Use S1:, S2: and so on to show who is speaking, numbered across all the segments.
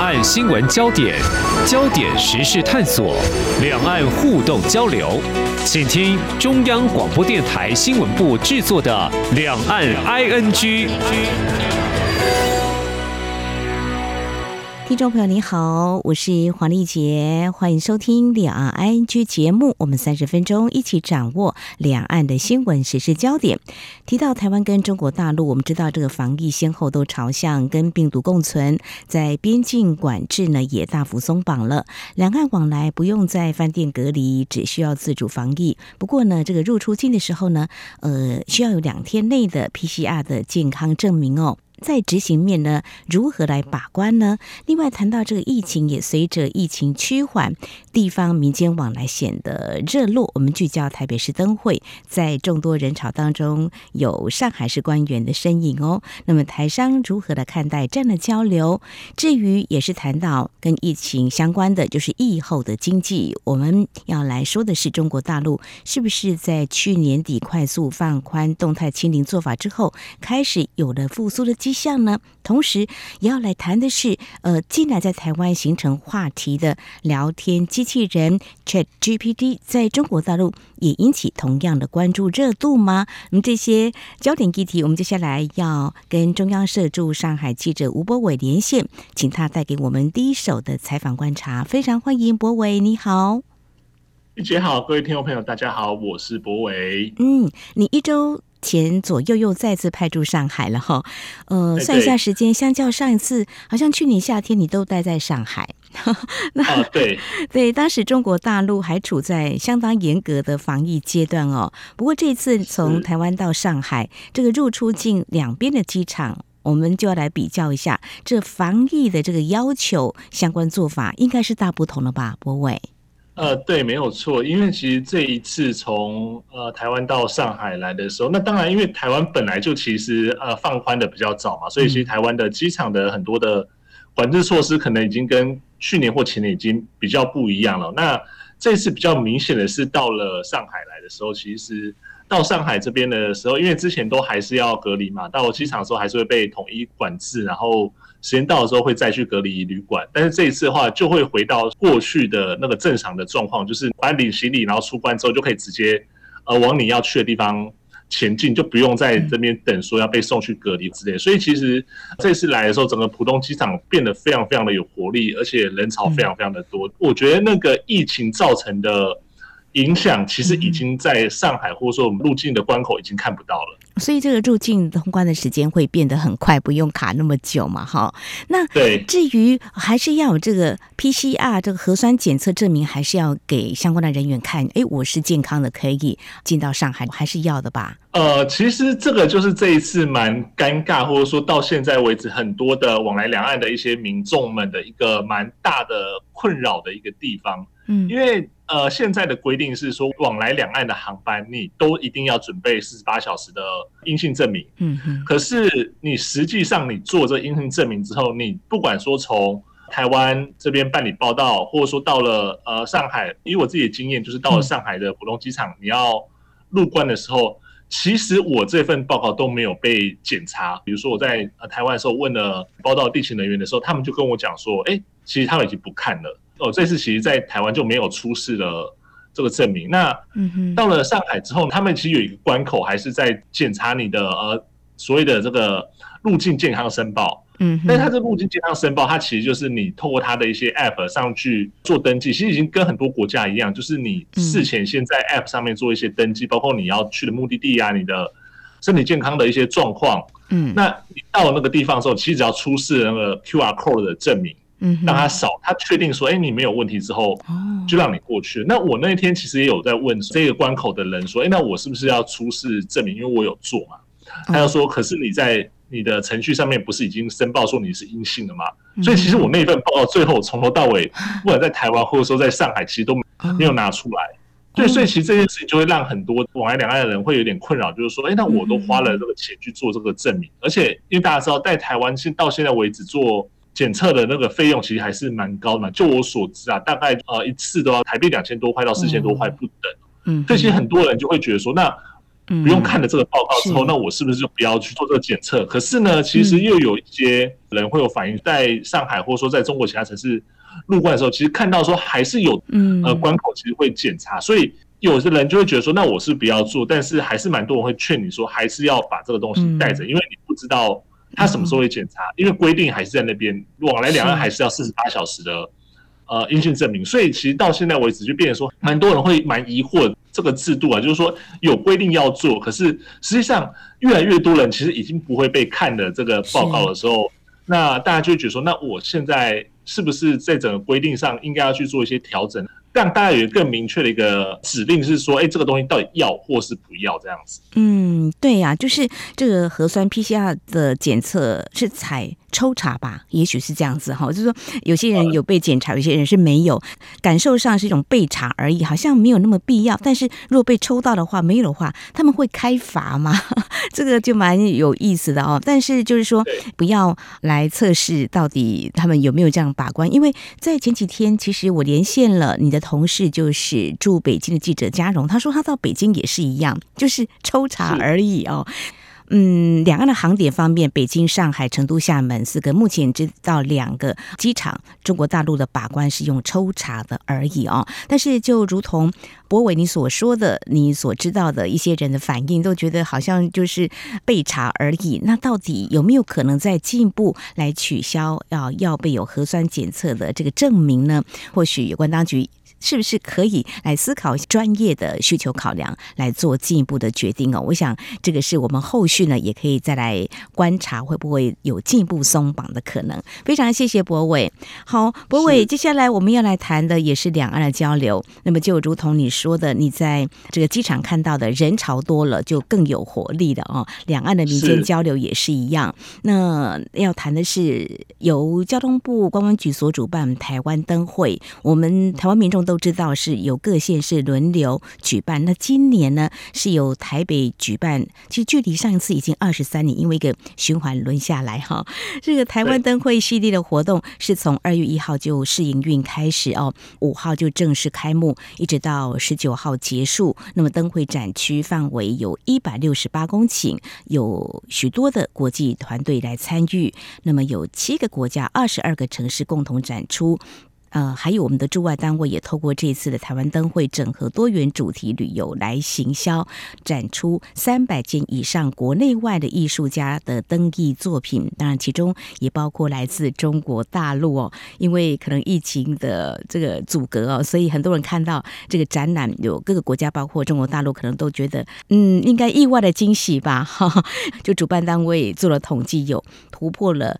S1: 岸新闻焦点，焦点时事探索，两岸互动交流。请听中央广播电台新闻部制作的《两岸 ING》。
S2: 听众朋友你好，我是黄丽杰，欢迎收听两岸 ING 节目。我们30分钟一起掌握两岸的新闻时事焦点。提到台湾跟中国大陆，我们知道这个防疫先后都朝向跟病毒共存，在边境管制呢也大幅松绑了，两岸往来不用在饭店隔离，只需要自主防疫。不过呢，这个入出境的时候呢，需要有2天内的 PCR 的健康证明哦。在执行面呢，如何来把关呢？另外谈到这个疫情，也随着疫情趋缓，地方民间往来显得热络。我们聚焦台北市灯会，在众多人潮当中，有上海市官员的身影哦。那么台商如何来看待这样的交流？至于也是谈到跟疫情相关的，就是疫后的经济。我们要来说的是，中国大陆是不是在去年底快速放宽动态清零做法之后，开始有了复苏的迹象呢？同时也要来谈的是，近来在台湾形成话题的聊天机器人 ChatGPT， 在中国大陆也引起同样的关注热度吗？那么这些焦点议题，我们接下来要跟中央社驻上海记者吴柏伟连线，请他带给我们第一手的采访观察。非常欢迎柏伟，你好。
S3: 玉姐好，各位听众朋友大家好，我是柏伟。
S2: 你1周前左右又再次派驻上海了哈，算一下时间，相较上一次，好像去年夏天你都待在上海。对，当时中国大陆还处在相当严格的防疫阶段哦。不过这次从台湾到上海，这个入出境两边的机场，我们就要来比较一下这防疫的这个要求相关做法，应该是大不同了吧，柏伟？
S3: 对，没有错。因为其实这一次从台湾到上海来的时候，那当然因为台湾本来就其实放宽的比较早嘛，所以其实台湾的机场的很多的管制措施可能已经跟去年或前年已经比较不一样了。那这次比较明显的是到了上海来的时候，其实到上海这边的时候，因为之前都还是要隔离嘛，到机场的时候还是会被统一管制，然后时间到的时候会再去隔离旅馆。但是这一次的话，就会回到过去的那个正常的状况，就是把领行李，然后出关之后就可以直接往你要去的地方前进，就不用在这边等说要被送去隔离之类的。所以其实这次来的时候，整个浦东机场变得非常非常的有活力，而且人潮非常非常的多。我觉得那个疫情造成的影响其实已经在上海或者说我们入境的关口已经看不到了，
S2: 所以这个入境通关的时间会变得很快，不用卡那么久嘛，哈。那至于还是要有这个 PCR 这个核酸检测证明，还是要给相关的人员看，我是健康的，可以进到上海，还是要的吧？
S3: 其实这个就是这一次蛮尴尬，或者说到现在为止很多的往来两岸的一些民众们的一个蛮大的困扰的一个地方。因为现在的规定是说，往来两岸的航班你都一定要准备48小时的阴性证明。可是你实际上你做这阴性证明之后，你不管说从台湾这边办理报到，或者说到了上海，以我自己的经验，就是到了上海的浦东机场，你要入关的时候，其实我这份报告都没有被检查。比如说我在台湾的时候问了报到地勤人员的时候，他们就跟我讲说，其实他们已经不看了。这次其实在台湾就没有出示了这个证明。那到了上海之后，他们其实有一个关口还是在检查你的所谓的这个入境健康申报。但是他这入境健康申报，它其实就是你透过他的一些 App 上去做登记，其实已经跟很多国家一样，就是你事前先在 App 上面做一些登记，包括你要去的目的地啊，你的身体健康的一些状况。那你到了那个地方的时候，其实只要出示那个 QR code 的证明，让他扫，他确定说你没有问题之后，就让你过去。那我那一天其实也有在问这个关口的人说，那我是不是要出示证明，因为我有做嘛。他就说，可是你在你的程序上面不是已经申报说你是阴性的吗？所以其实我那一份报告最后从头到尾，不管在台湾或者说在上海，其实都没有拿出来。对，所以其实这件事情就会让很多往来两岸的人会有点困扰，就是说，那我都花了这个钱去做这个证明，而且因为大家知道，在台湾到现在为止做检测的那个费用其实还是蛮高的嘛。就我所知啊，大概一次都要台币2000多块到4000多块不等。所以其实很多人就会觉得说，那不用看了这个报告之后，那我是不是就不要去做这个检测？可是呢，其实又有一些人会有反应，在上海或者说在中国其他城市入关的时候，其实看到说还是有关口其实会检查，所以有的人就会觉得说，那我是不要做，但是还是蛮多人会劝你说，还是要把这个东西带着，因为你不知道他什么时候会检查，因为规定还是在那边，往来两岸还是要48小时的阴性证明，所以其实到现在为止就变成说，蛮多人会蛮疑惑这个制度啊，就是说有规定要做，可是实际上越来越多人其实已经不会被看的这个报告的时候，那大家就会觉得说，那我现在是不是在整个规定上应该要去做一些调整，让大家有更明确的一个指令是说，这个东西到底要或是不要这样子。
S2: 对呀，就是这个核酸 PCR 的检测是采抽查吧，也许是这样子哈，就是说有些人有被检查，有些人是没有，感受上是一种被查而已，好像没有那么必要。但是如果被抽到的话，没有的话，他们会开罚吗？这个就蛮有意思的哦。但是就是说，不要来测试到底他们有没有这样把关，因为在前几天，其实我连线了你的同事，就是驻北京的记者嘉荣，他说他到北京也是一样，就是抽查而已哦。两岸的航点方面，北京、上海、成都、厦门4个，目前知道2个机场，中国大陆的把关是用抽查的而已哦。但是就如同博伟你所说的，你所知道的一些人的反应，都觉得好像就是被查而已。那到底有没有可能再进一步来取消要被有核酸检测的这个证明呢？或许有关当局是不是可以来思考专业的需求考量，来做进一步的决定哦？我想这个是我们后续呢也可以再来观察，会不会有进一步松绑的可能。非常谢谢博伟。好，博伟，接下来我们要来谈的也是两岸的交流。那么就如同你说的，你在这个机场看到的人潮多了，就更有活力了哦。两岸的民间交流也是一样。那要谈的是由交通部观光局所主办台湾灯会，我们台湾民众都知道是由各县市轮流举办。那今年呢是由台北举办，其实距离上一次已经23年，因为一个循环轮下来哈。这个台湾灯会系列的活动是从2月1号就试营运开始哦，5号就正式开幕，一直到19号结束。那么灯会展区范围有168公顷，有许多的国际团队来参与，那么有7个国家22个城市共同展出。还有我们的驻外单位也透过这一次的台湾灯会，整合多元主题旅游来行销，展出300件以上国内外的艺术家的灯艺作品，当然其中也包括来自中国大陆哦。因为可能疫情的这个阻隔哦，所以很多人看到这个展览，有各个国家包括中国大陆，可能都觉得应该意外的惊喜吧。就主办单位做了统计，有突破了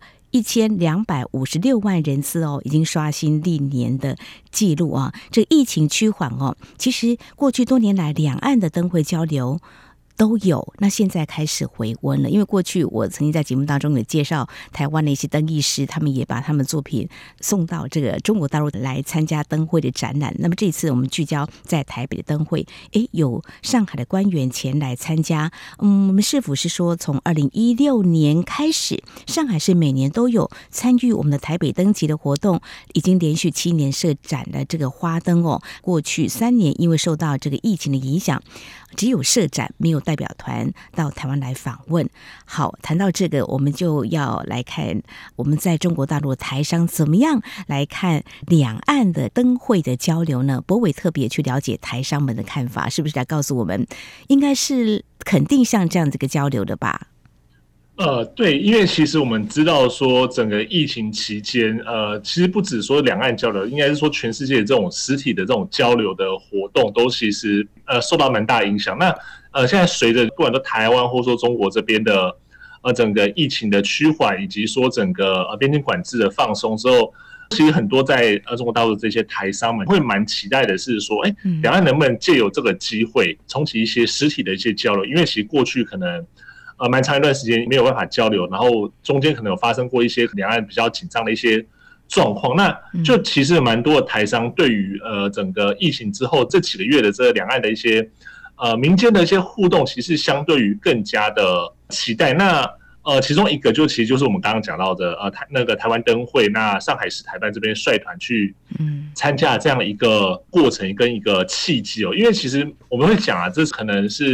S2: 1256万人次哦，已经刷新历年的记录啊！这疫情趋缓哦，其实过去多年来两岸的灯会交流都有，那现在开始回温了。因为过去我曾经在节目当中有介绍台湾的一些灯艺师，他们也把他们作品送到这个中国大陆来参加灯会的展览。那么这次我们聚焦在台北的灯会，有上海的官员前来参加。我们市府是说，从2016年开始，上海市每年都有参与我们的台北灯节的活动，已经连续7年设展了这个花灯哦。过去3年因为受到这个疫情的影响，只有设展，没有代表团到台湾来访问。好，谈到这个，我们就要来看我们在中国大陆的台商怎么样来看两岸的灯会的交流呢？博伟特别去了解台商们的看法，是不是来告诉我们，应该是肯定像这样这个交流的吧？
S3: 对，因为其实我们知道说，整个疫情期间，其实不止说两岸交流，应该是说全世界这种实体的这种交流的活动，都其实受到蛮大影响。那现在随着不管说台湾或者说中国这边的整个疫情的趋缓，以及说整个边境管制的放松之后，其实很多在中国大陆的这些台商们会蛮期待的是说，两岸能不能借由这个机会重启一些实体的一些交流？因为其实过去可能蛮长一段时间没有办法交流，然后中间可能有发生过一些两岸比较紧张的一些状况，那就其实蛮多的台商对于整个疫情之后这几个月的这两岸的一些民间的一些互动，其实相对于更加的期待。那其中一个其实就是我们刚刚讲到的那个台湾灯会，那上海市台办这边率团去参加这样的一个过程跟一个契机哦。因为其实我们会讲这可能是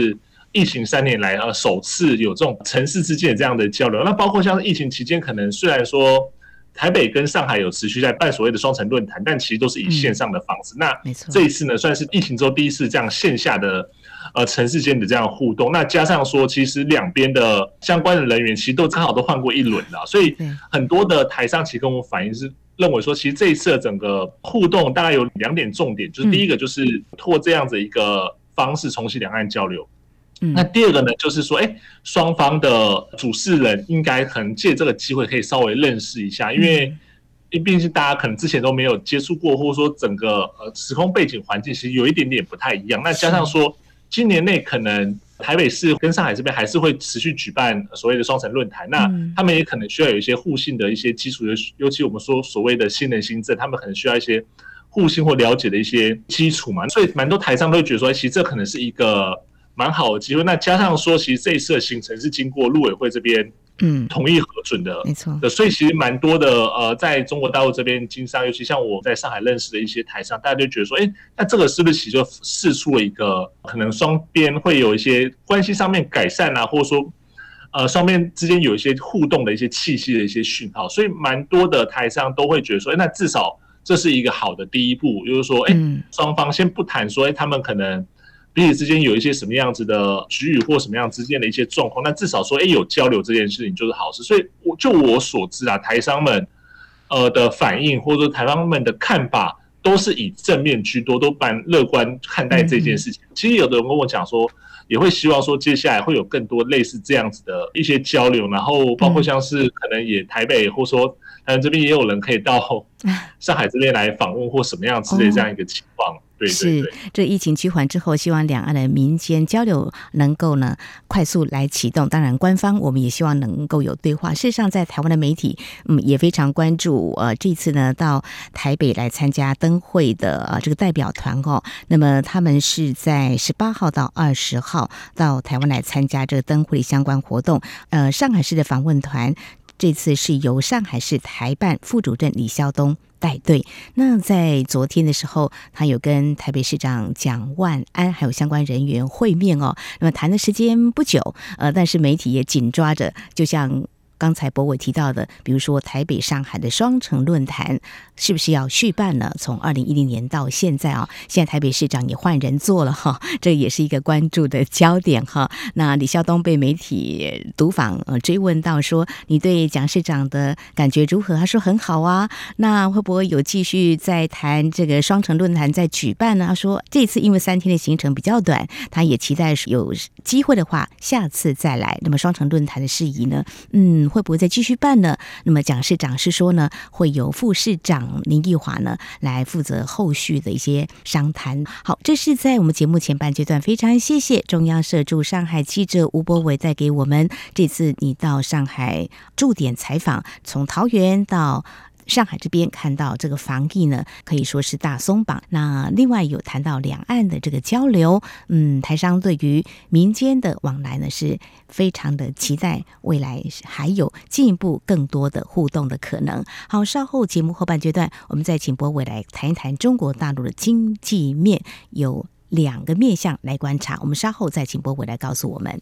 S3: 疫情3年来首次有这种城市之间的这样的交流。那包括像是疫情期间，可能虽然说台北跟上海有持续在办所谓的双城论坛，但其实都是以线上的方式。那这一次呢，算是疫情之后第一次这样线下的城市间的这样互动。那加上说，其实两边的相关的人员其实都刚好都换过一轮了，所以很多的台商其实跟我反映是认为说，其实这一次的整个互动大概有2点重点，就是第一个就是透过这样子一个方式重启两岸交流。那第二个呢，就是说，双方的主事人应该可能借这个机会可以稍微认识一下，因为毕竟是大家可能之前都没有接触过，或者说整个时空背景环境其实有一点点不太一样。那加上说，今年内可能台北市跟上海这边还是会持续举办所谓的双城论坛，那他们也可能需要有一些互信的一些基础，尤其我们说所谓的新人新政，他们可能需要一些互信或了解的一些基础嘛。所以蛮多台商都会觉得说，其实这可能是一个蛮好的机会。那加上说，其实这一次的行程是经过陆委会这边同意核准的，
S2: 没错。
S3: 所以其实蛮多的在中国大陆这边经商，尤其像我在上海认识的一些台商，大家就觉得说，那这个是不是其实就释出了一个可能双边会有一些关系上面改善啊，或者说双边之间有一些互动的一些气息的一些讯号，所以蛮多的台商都会觉得说，那至少这是一个好的第一步，就是说，双方先不谈说，他们可能彼此之间有一些什么样子的局域或什么样之间的一些状况，那至少说有交流这件事情就是好事。所以就我所知啊，台商们的反应或者说台商们的看法都是以正面居多，都蛮乐观看待这件事情。其实有的人跟我讲说，也会希望说接下来会有更多类似这样子的一些交流，然后包括像是可能也台北或说台湾这边也有人可以到上海这边来访问或什么样之类这样一个情况。对对对，
S2: 是这疫情趋缓之后，希望两岸的民间交流能够呢快速来启动。当然，官方我们也希望能够有对话。事实上，在台湾的媒体也非常关注这次呢到台北来参加灯会的这个代表团那么他们是在18号到20号到台湾来参加这个灯会相关活动。上海市的访问团这次是由上海市台办副主任李孝东带队。那在昨天的时候，他有跟台北市长蒋万安还有相关人员会面那么谈的时间不久，但是媒体也紧抓着，就像刚才柏伟提到的，比如说台北上海的双城论坛是不是要续办呢？从2010年到现在现在台北市长也换人做了这也是一个关注的焦点那李孝东被媒体读访追问到说，你对蒋市长的感觉如何？他说很好啊。那会不会有继续再谈这个双城论坛再举办呢？他说这次因为3天的行程比较短，他也期待有机会的话下次再来。那么双城论坛的事宜呢会不会再继续办呢？那么蒋市长是说呢，会由副市长林奕华呢来负责后续的一些商谈。好，这是在我们节目前半阶段，非常谢谢中央社驻上海记者吴柏伟带给我们这次你到上海驻点采访，从桃园到上海这边看到这个防疫呢，可以说是大松绑。那另外有谈到两岸的这个交流，台商对于民间的往来呢是非常的期待，未来还有进一步更多的互动的可能。好，稍后节目后半阶段，我们再请柏伟来谈一谈中国大陆的经济面，有2个面向来观察。我们稍后再请柏伟来告诉我们。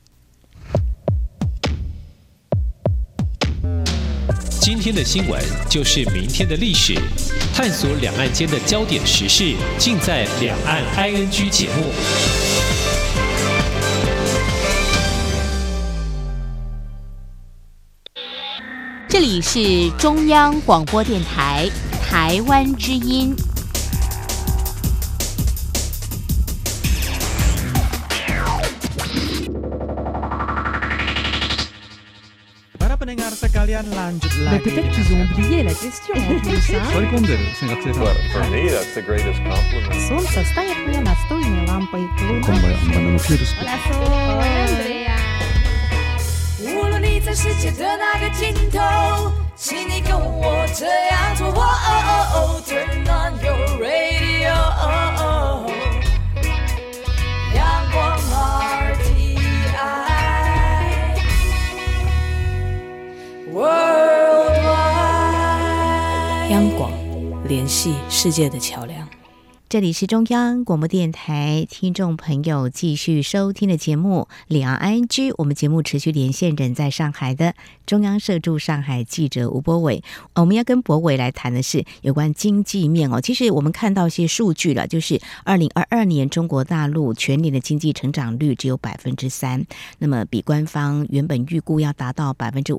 S1: 今天的新闻就是明天的历史，探索两岸间的焦点时事，尽在《两岸 ING》节目。
S4: 这里是中央广播电台台湾之音。
S5: Mais peut-être qu'ils ont oublié la question en plus.
S6: For me, that's the greatest compliment.
S5: Солнце стоит мне настольной лампой.
S7: Hola, Andrea. 无论你在世界的哪个尽头，请你跟我这样做。Turn on your radio. 阳光 RTI Worldwide。
S8: 央广联系世界的桥梁。
S2: 这里是中央广播电台，听众朋友继续收听的节目两岸 ING， 我们节目持续连线人在上海的中央社驻上海记者吴柏伟。我们要跟柏伟来谈的是有关经济面其实我们看到一些数据了，就是2022年中国大陆全年的经济成长率只有 3%， 那么比官方原本预估要达到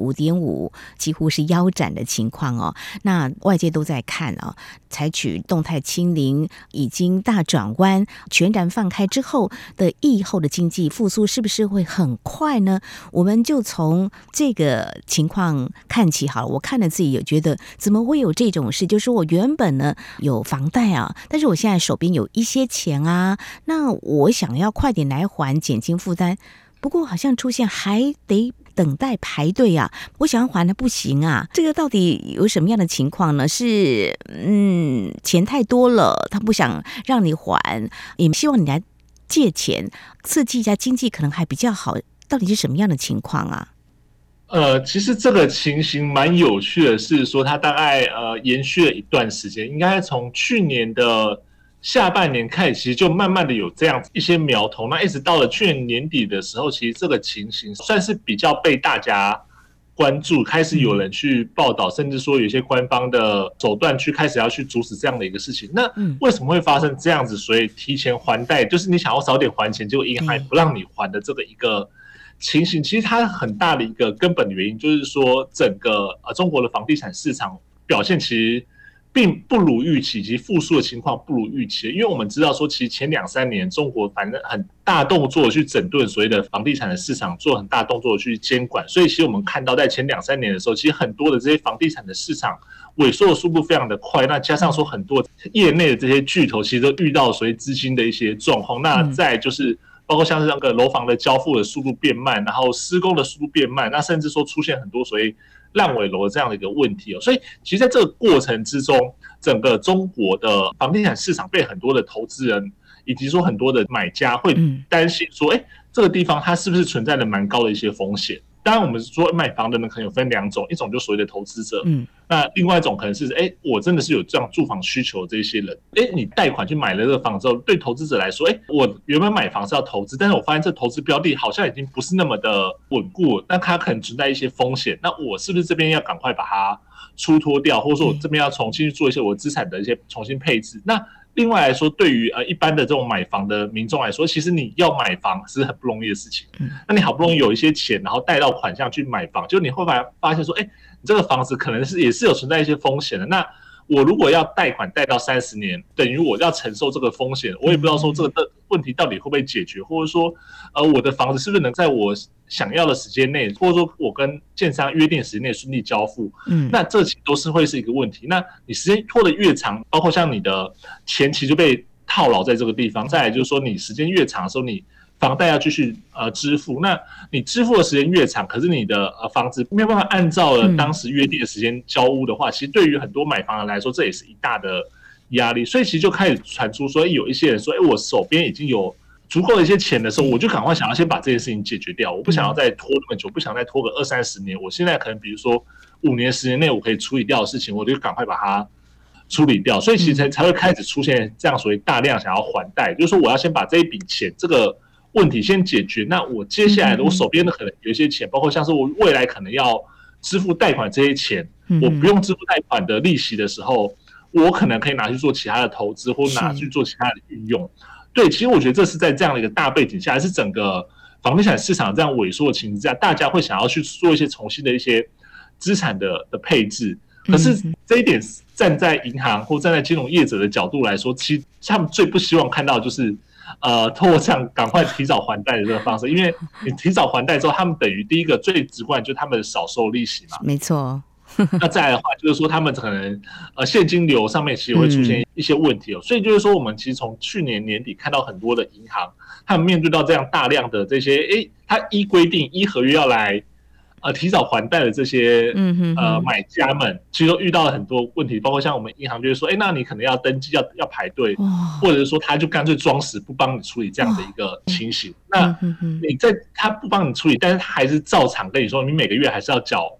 S2: 5.5%， 几乎是腰斩的情况那外界都在看采取动态清零已经大转弯，全然放开之后的疫后的经济复苏是不是会很快呢？我们就从这个情况看起好了。我看了自己有觉得怎么会有这种事，就是我原本呢有房贷但是我现在手边有一些钱那我想要快点来还，减轻负担，不过好像出现还得等待排队我想要还的不行这个到底有什么样的情况呢？是钱太多了，他不想让你还，也希望你来借钱刺激一下经济，可能还比较好，到底是什么样的情况
S3: 其实这个情形蛮有趣的，是说它大概延续了一段时间，应该从去年的下半年开始，其实就慢慢的有这样一些苗头。那一直到了去年年底的时候，其实这个情形算是比较被大家关注，开始有人去报道，甚至说有一些官方的手段去开始要去阻止这样的一个事情。那为什么会发生这样子？所以提前还贷，就是你想要早点还钱，结果银行不让你还的这个一个情形，其实它很大的一个根本的原因就是说，整个中国的房地产市场表现其实并不如预期，以及复苏的情况不如预期。因为我们知道说，其实前2-3年中国反正很大动作去整顿所谓的房地产的市场，做很大动作去监管，所以其实我们看到在前2-3年的时候，其实很多的这些房地产的市场萎缩的速度非常的快。那加上说很多业内的这些巨头其实都遇到所谓资金的一些状况，那再就是包括像是那个楼房的交付的速度变慢，然后施工的速度变慢，那甚至说出现很多所谓烂尾楼的这样的一个问题所以其实在这个过程之中，整个中国的房地产市场被很多的投资人以及说很多的买家会担心说，这个地方它是不是存在了蛮高的一些风险。当然我们说买房的人可能有分2种，一种就所谓的投资者，那另外一种可能是我真的是有这样住房需求的这些人，你贷款去买了这个房之后，对投资者来说，我原本买房是要投资，但是我发现这投资标的好像已经不是那么的稳固，那它可能存在一些风险，那我是不是这边要赶快把它出脱掉，或者说我这边要重新去做一些我资产的一些重新配置。那另外来说，对于一般的这种买房的民众来说，其实你要买房是很不容易的事情。那你好不容易有一些钱，然后贷到款项去买房，就你会发现说，你这个房子可能也是有存在一些风险的。那我如果要贷款贷到30年，等于我要承受这个风险，我也不知道说这个问题到底会不会解决，或者说我的房子是不是能在我想要的时间内，或者说我跟建商约定时间内顺利交付，那这其实都是会是一个问题。那你时间拖得越长，包括像你的前期就被套牢在这个地方，再来就是说你时间越长的时候，你房贷要继续支付，那你支付的时间越长，可是你的房子没有办法按照了当时约定的时间交屋的话，其实对于很多买房人来说，这也是一大的压力。所以其实就开始传出说，有一些人说，我手边已经有足够的一些钱的时候，我就赶快想要先把这件事情解决掉，我不想要再拖那么久，不想再拖个20-30年。我现在可能比如说5年10年内我可以处理掉的事情，我就赶快把它处理掉。所以其实才会开始出现这样所谓大量想要还贷，就是说我要先把这一笔钱这个问题先解决，那我接下来的我手边的可能有一些钱，包括像是我未来可能要支付贷款这些钱，我不用支付贷款的利息的时候，我可能可以拿去做其他的投资，或拿去做其他的运用。对，其实我觉得这是在这样的一个大背景下，还是整个房地产市场这样萎缩的情况下，大家会想要去做一些重新的一些资产的配置。可是这一点站在银行或站在金融业者的角度来说，其实他们最不希望看到就是透过这样赶快提早还贷的这个方式，因为你提早还贷之后，他们等于第一个最直观就是他们少收利息嘛。
S2: 没错。
S3: 那再来的话，就是说他们可能现金流上面其实会出现一些问题所以就是说，我们其实从去年年底看到很多的银行，他们面对到这样大量的这些，他依规定依合约要来提早还贷的这些买家们，其实都遇到了很多问题，包括像我们银行就会说，那你可能要登记要排队，或者是说他就干脆装死不帮你处理这样的一个情形。那他不帮你处理，但是他还是照常跟你说，你每个月还是要缴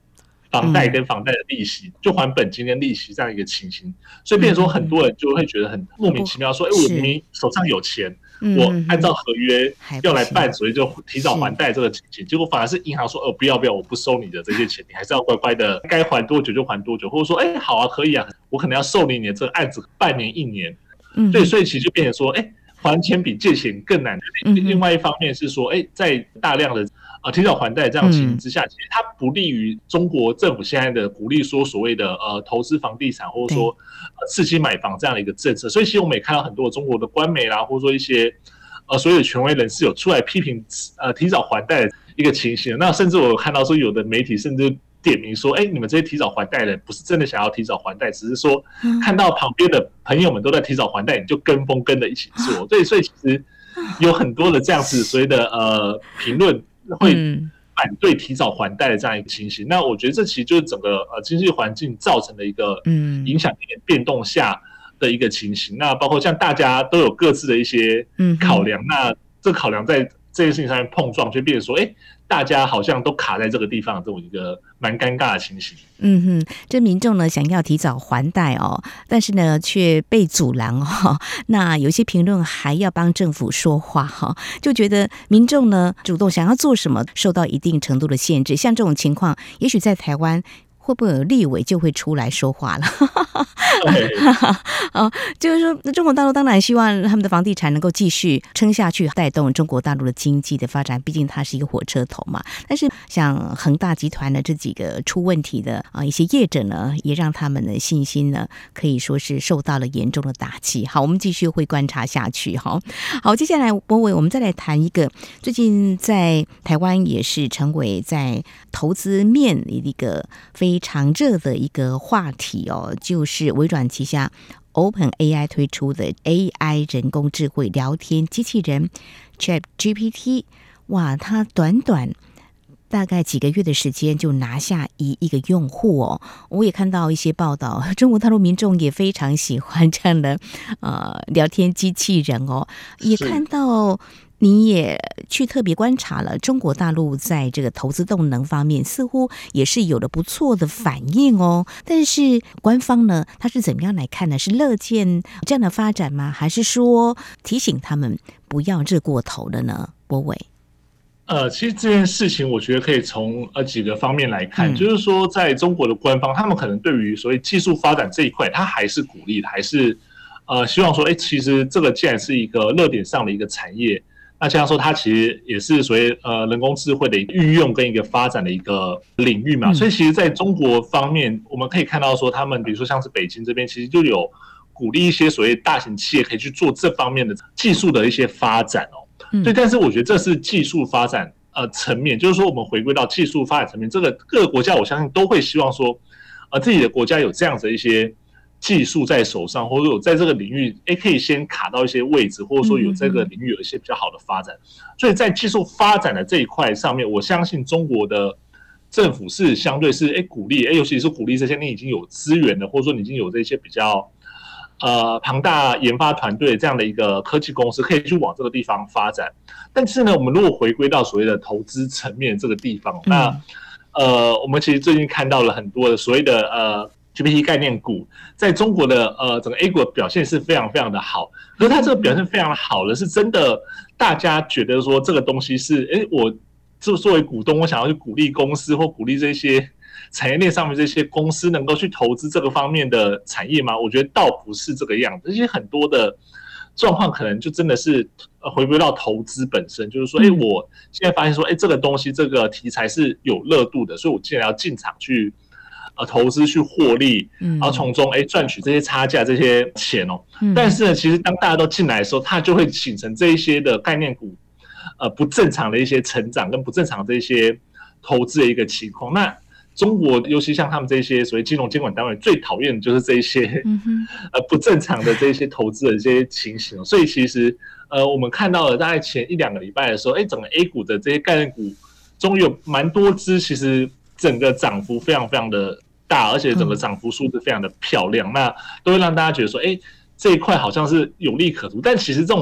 S3: 房贷跟房贷的利息，就还本金跟利息这样一个情形，所以变成说很多人就会觉得很莫名其妙，说，我明明手上有钱，我按照合约要来办，所以就提早还贷这个情形，结果反而是银行说，不要，我不收你的这些钱，你还是要乖乖的，该还多久就还多久，或者说，好啊，可以啊，我可能要受理你的这个案子半年1年，对，所以其实就变成说，还钱比借钱更难。另外一方面是说，在大量的提早还贷这样情形之下，其实它不利于中国政府现在的鼓励说所谓的投资房地产，或者说刺激买房这样的一个政策。所以其实我们也看到很多中国的官媒啦，或者说一些所有的权威人士有出来批评提早还贷的一个情形。那甚至我有看到说有的媒体甚至点名说，你们这些提早还贷的人不是真的想要提早还贷，只是说看到旁边的朋友们都在提早还贷，你就跟风跟着一起做。对，所以其实有很多的这样子所谓的评论会反对提早还贷的这样一个情形。那我觉得这其实就是整个经济环境造成的一个影响变动下的一个情形。那包括像大家都有各自的一些考量，那这考量在这件事情上面碰撞，就变成说，大家好像都卡在这个地方，这种一个蛮尴尬的情形。
S2: 这民众呢想要提早还贷但是呢却被阻拦那有些评论还要帮政府说话就觉得民众呢主动想要做什么受到一定程度的限制。像这种情况，也许在台湾会不会有立委就会出来说话了？就是说中国大陆当然希望他们的房地产能够继续撑下去，带动中国大陆的经济的发展，毕竟它是一个火车头嘛。但是像恒大集团的这几个出问题的一些业者呢，也让他们的信心呢可以说是受到了严重的打击。好，我们继续会观察下去。好，接下来柏伟，我们再来谈一个最近在台湾也是成为在投资面一个非常热的一个话题就是微软旗下 OpenAI 推出的 AI 人工智慧聊天机器人 ChatGPT。 哇，它短大概几个月的时间就拿下1亿个用户我也看到一些报道，中国大陆民众也非常喜欢这样的聊天机器人也看到你也去特别观察了中国大陆在这个投资动能方面似乎也是有了不错的反应但是官方呢，他是怎么样来看呢？是乐见这样的发展吗？还是说提醒他们不要热过头了呢？柏伟。
S3: 其实这件事情我觉得可以从几个方面来看，就是说在中国的官方，他们可能对于所谓技术发展这一块，他还是鼓励的，还是希望说，其实这个既然是一个热点上的一个产业，那这样说它其实也是所谓人工智慧的运用跟一个发展的一个领域嘛。所以其实在中国方面，我们可以看到说，他们比如说像是北京这边，其实就有鼓励一些所谓大型企业可以去做这方面的技术的一些发展对，但是我觉得这是技术发展层面，就是说我们回归到技术发展层面，这个各个国家我相信都会希望说自己的国家有这样子的一些技术在手上，或者有在这个领域可以先卡到一些位置，或者说有这个领域有一些比较好的发展。所以在技术发展的这一块上面，我相信中国的政府是相对是鼓励尤其是鼓励这些你已经有资源的，或者说你已经有这些比较庞大研发团队这样的一个科技公司可以去往这个地方发展。但是呢，我们如果回归到所谓的投资层面这个地方，那我们其实最近看到了很多的所谓的GPT 概念股在中国的整个 A 股的表现是非常非常的好。可是它这个表现非常好的是真的，大家觉得说这个东西是我作为股东，我想要去鼓励公司或鼓励这些产业链上面这些公司能够去投资这个方面的产业吗？我觉得倒不是这个样子。而且很多的状况可能就真的是回归到投资本身，就是说我现在发现说这个东西这个题材是有热度的，所以我既然要进场去投资去获利，然后从中赚取这些差价这些钱但是呢，其实当大家都进来的时候，它就会形成这一些的概念股不正常的一些成长跟不正常的一些投资的一个情况。那中国尤其像他们这些所谓金融监管单位最讨厌的就是这一些不正常的这些投资的这些情形。所以其实我们看到了大概前1-2个礼拜的时候，整个 A 股的这些概念股终于有蛮多只，其实整个涨幅非常非常的大，而且整个涨幅数字非常的漂亮，那都会让大家觉得说这一块好像是有利可图。但其实这种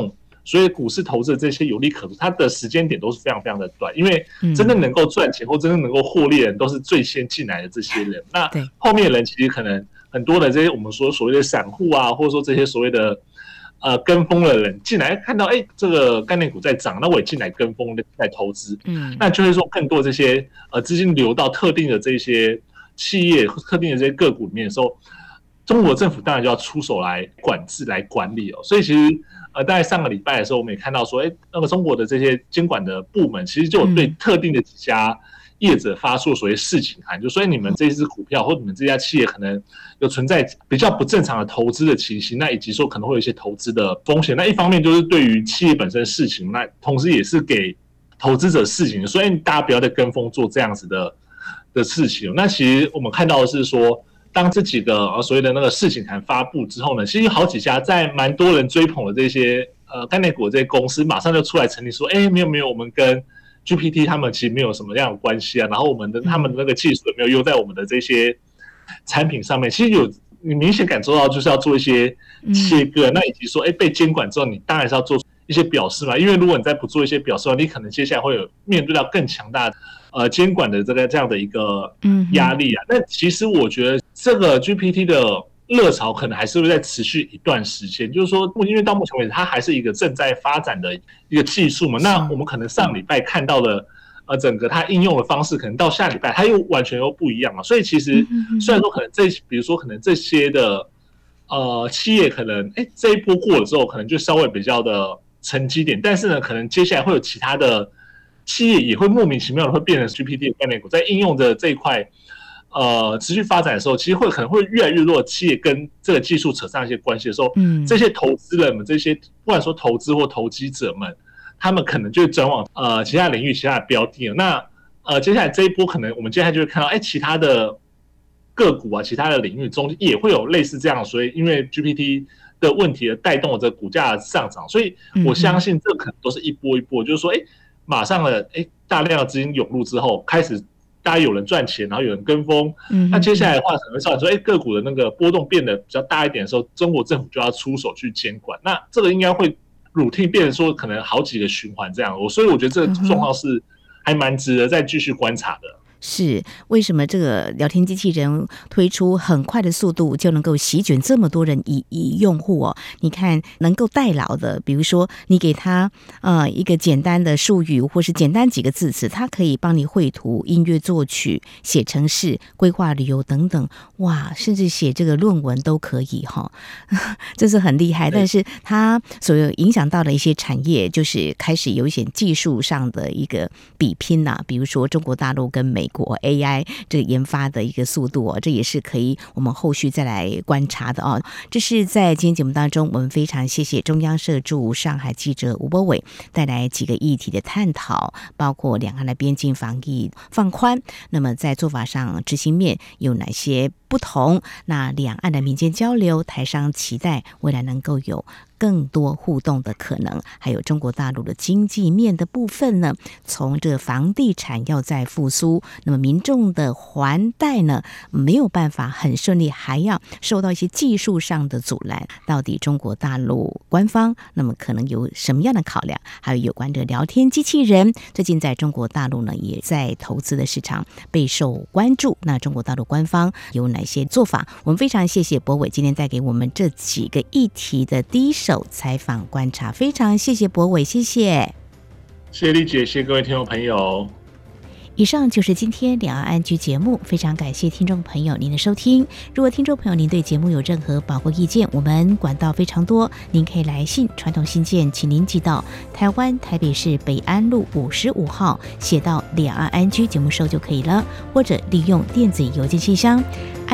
S3: 所以股市投资的这些有利可图，它的时间点都是非常非常的短，因为真正能够赚钱或真正能够获利的人都是最先进来的这些人。那后面的人其实可能很多的这些我们说所谓的散户啊，或者说这些所谓的跟风的人进来看到这个概念股在涨，那我也进来跟风来投资，那就会说更多这些资金流到特定的这些企业、特定的这些个股里面的时候，中国政府当然就要出手来管制、来管理哦。所以其实大概上个礼拜的时候，我们也看到说，那个中国的这些监管的部门其实就有对特定的几家业者发出所谓示警函，就说你们这支股票或你们这家企业可能有存在比较不正常的投资的情形，那以及说可能会有一些投资的风险。那一方面就是对于企业本身示警，那同时也是给投资者示警，所以大家不要再跟风做这样子的事情。那其实我们看到的是说，当这几个所谓的那个示警函发布之后呢，其实好几家在蛮多人追捧的这些概念股这些公司，马上就出来成立说，没有，我们跟GPT 他们其实没有什么样的关系啊，然后他们的那个技术也没有用在我们的这些产品上面。其实你明显感受到就是要做一些切割，那以及说被监管之后，你当然是要做一些表示嘛，因为如果你再不做一些表示的话，你可能接下来会有面对到更强大的监管的这样的一个压力啊。那其实我觉得这个 GPT 的热潮可能还是会再持续一段时间，就是说，因为到目前为止，它还是一个正在发展的一个技术嘛。那我们可能上礼拜看到的，整个它应用的方式，可能到下礼拜它又完全又不一样了。所以其实虽然说可能比如说可能这些的企业可能这一波过了之后，可能就稍微比较的沉积点，但是呢，可能接下来会有其他的企业也会莫名其妙的会变成 GPT 的概念股，在应用的这一块。持续发展的时候，其实可能会越来越多的企业跟这个技术扯上一些关系的时候，这些投资人们，这些不管说投资或投机者们，他们可能就会转往其他领域、其他的标的了。那接下来这一波，可能我们接下来就会看到，其他的个股啊、其他的领域中也会有类似这样，所以因为 GPT 的问题而带动了这个股价的上涨，所以我相信这可能都是一波一波，就是说，马上的大量的资金涌入之后，开始。大家有人赚钱，然后有人跟风，那接下来的话可能会造成说，个股的那个波动变得比较大一点的时候，中国政府就要出手去监管。那这个应该会 routine 变成说，可能好几个循环这样。所以我觉得这个状况是还蛮值得再继续观察的。
S2: 是为什么这个聊天机器人推出很快的速度就能够席卷这么多人以用户哦？你看能够代劳的，比如说你给他一个简单的术语或是简单几个字词，它可以帮你绘图、音乐作曲、写程式、规划旅游等等，哇，甚至写这个论文都可以哈，这是很厉害。但是它所有影响到的一些产业，就是开始有一些技术上的一个比拼呐，比如说中国大陆跟美国 AI 这个研发的一个速度哦，这也是可以我们后续再来观察的哦。这是在今天节目当中，我们非常谢谢中央社驻上海记者吴柏伟带来几个议题的探讨，包括两岸的边境防疫放宽，那么在做法上执行面有哪些不同？那两岸的民间交流，台商期待未来能够有更多互动的可能，还有中国大陆的经济面的部分呢，从这个房地产要再复苏，那么民众的还贷呢没有办法很顺利，还要受到一些技术上的阻拦。到底中国大陆官方那么可能有什么样的考量？还有有关的聊天机器人，最近在中国大陆呢也在投资的市场备受关注。那中国大陆官方有哪些做法？我们非常谢谢柏伟今天带给我们这几个议题的第一手采访观察，非常谢谢柏伟，谢谢
S3: 丽姐，谢谢各位听众朋友。
S2: 以上就是今天两岸安居节目，非常感谢听众朋友您的收听。如果听众朋友您对节目有任何宝贵意见，我们管道非常多，您可以来信，传统信件请您寄到台湾台北市北安路55号，写到两岸安居节目收就可以了，或者利用电子邮件信箱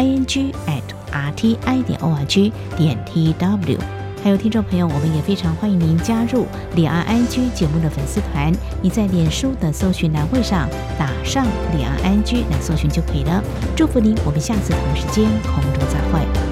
S2: ing@rti.org.tw。还有听众朋友，我们也非常欢迎您加入两岸安居节目的粉丝团，你在脸书的搜寻栏位上打上两岸安居来搜寻就可以了。祝福您，我们下次同时间空中再会。